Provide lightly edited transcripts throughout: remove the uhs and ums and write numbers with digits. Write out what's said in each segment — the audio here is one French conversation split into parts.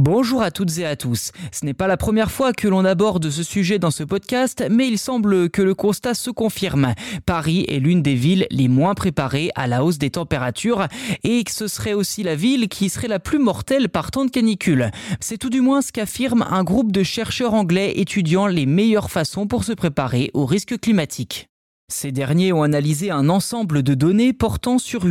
Bonjour à toutes et à tous. Ce n'est pas la première fois que l'on aborde ce sujet dans ce podcast, mais il semble que le constat se confirme. Paris est l'une des villes les moins préparées à la hausse des températures et que ce serait aussi la ville qui serait la plus mortelle par temps de canicule. C'est tout du moins ce qu'affirme un groupe de chercheurs anglais étudiant les meilleures façons pour se préparer aux risques climatiques. Ces derniers ont analysé un ensemble de données portant sur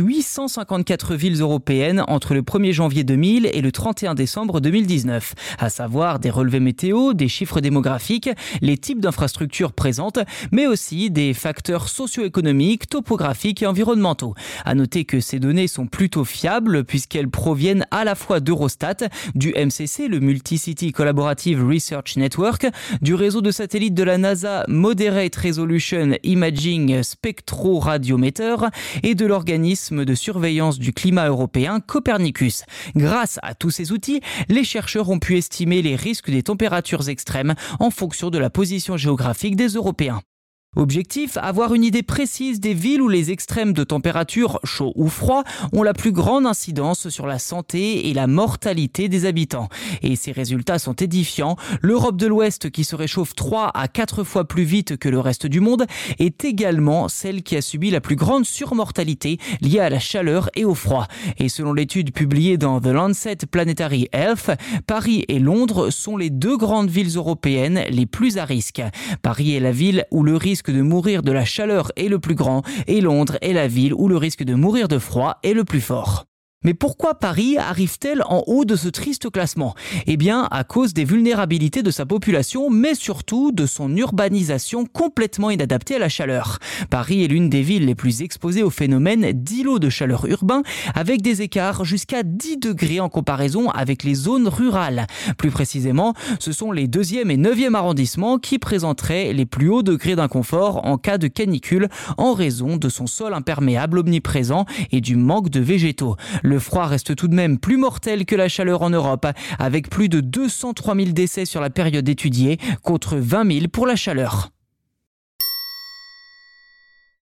854 villes européennes entre le 1er janvier 2000 et le 31 décembre 2019, à savoir des relevés météo, des chiffres démographiques, les types d'infrastructures présentes, mais aussi des facteurs socio-économiques, topographiques et environnementaux. À noter que ces données sont plutôt fiables puisqu'elles proviennent à la fois d'Eurostat, du MCC, le Multi-City Collaborative Research Network, du réseau de satellites de la NASA Moderate Resolution Imaging Spectroradiometer et de l'organisme de surveillance du climat européen Copernicus. Grâce à tous ces outils, les chercheurs ont pu estimer les risques des températures extrêmes en fonction de la position géographique des Européens. Objectif, avoir une idée précise des villes où les extrêmes de température, chaud ou froid, ont la plus grande incidence sur la santé et la mortalité des habitants. Et ces résultats sont édifiants. L'Europe de l'Ouest, qui se réchauffe 3 à 4 fois plus vite que le reste du monde, est également celle qui a subi la plus grande surmortalité liée à la chaleur et au froid. Et selon l'étude publiée dans The Lancet Planetary Health, Paris et Londres sont les deux grandes villes européennes les plus à risque. Paris est la ville où le risque de mourir de la chaleur est le plus grand et Londres est la ville où le risque de mourir de froid est le plus fort. Mais pourquoi Paris arrive-t-elle en haut de ce triste classement ? Eh bien, à cause des vulnérabilités de sa population, mais surtout de son urbanisation complètement inadaptée à la chaleur. Paris est l'une des villes les plus exposées au phénomène d'îlots de chaleur urbain, avec des écarts jusqu'à 10 degrés en comparaison avec les zones rurales. Plus précisément, ce sont les 2e et 9e arrondissements qui présenteraient les plus hauts degrés d'inconfort en cas de canicule en raison de son sol imperméable omniprésent et du manque de végétaux. Le froid reste tout de même plus mortel que la chaleur en Europe, avec plus de 203 000 décès sur la période étudiée, contre 20 000 pour la chaleur.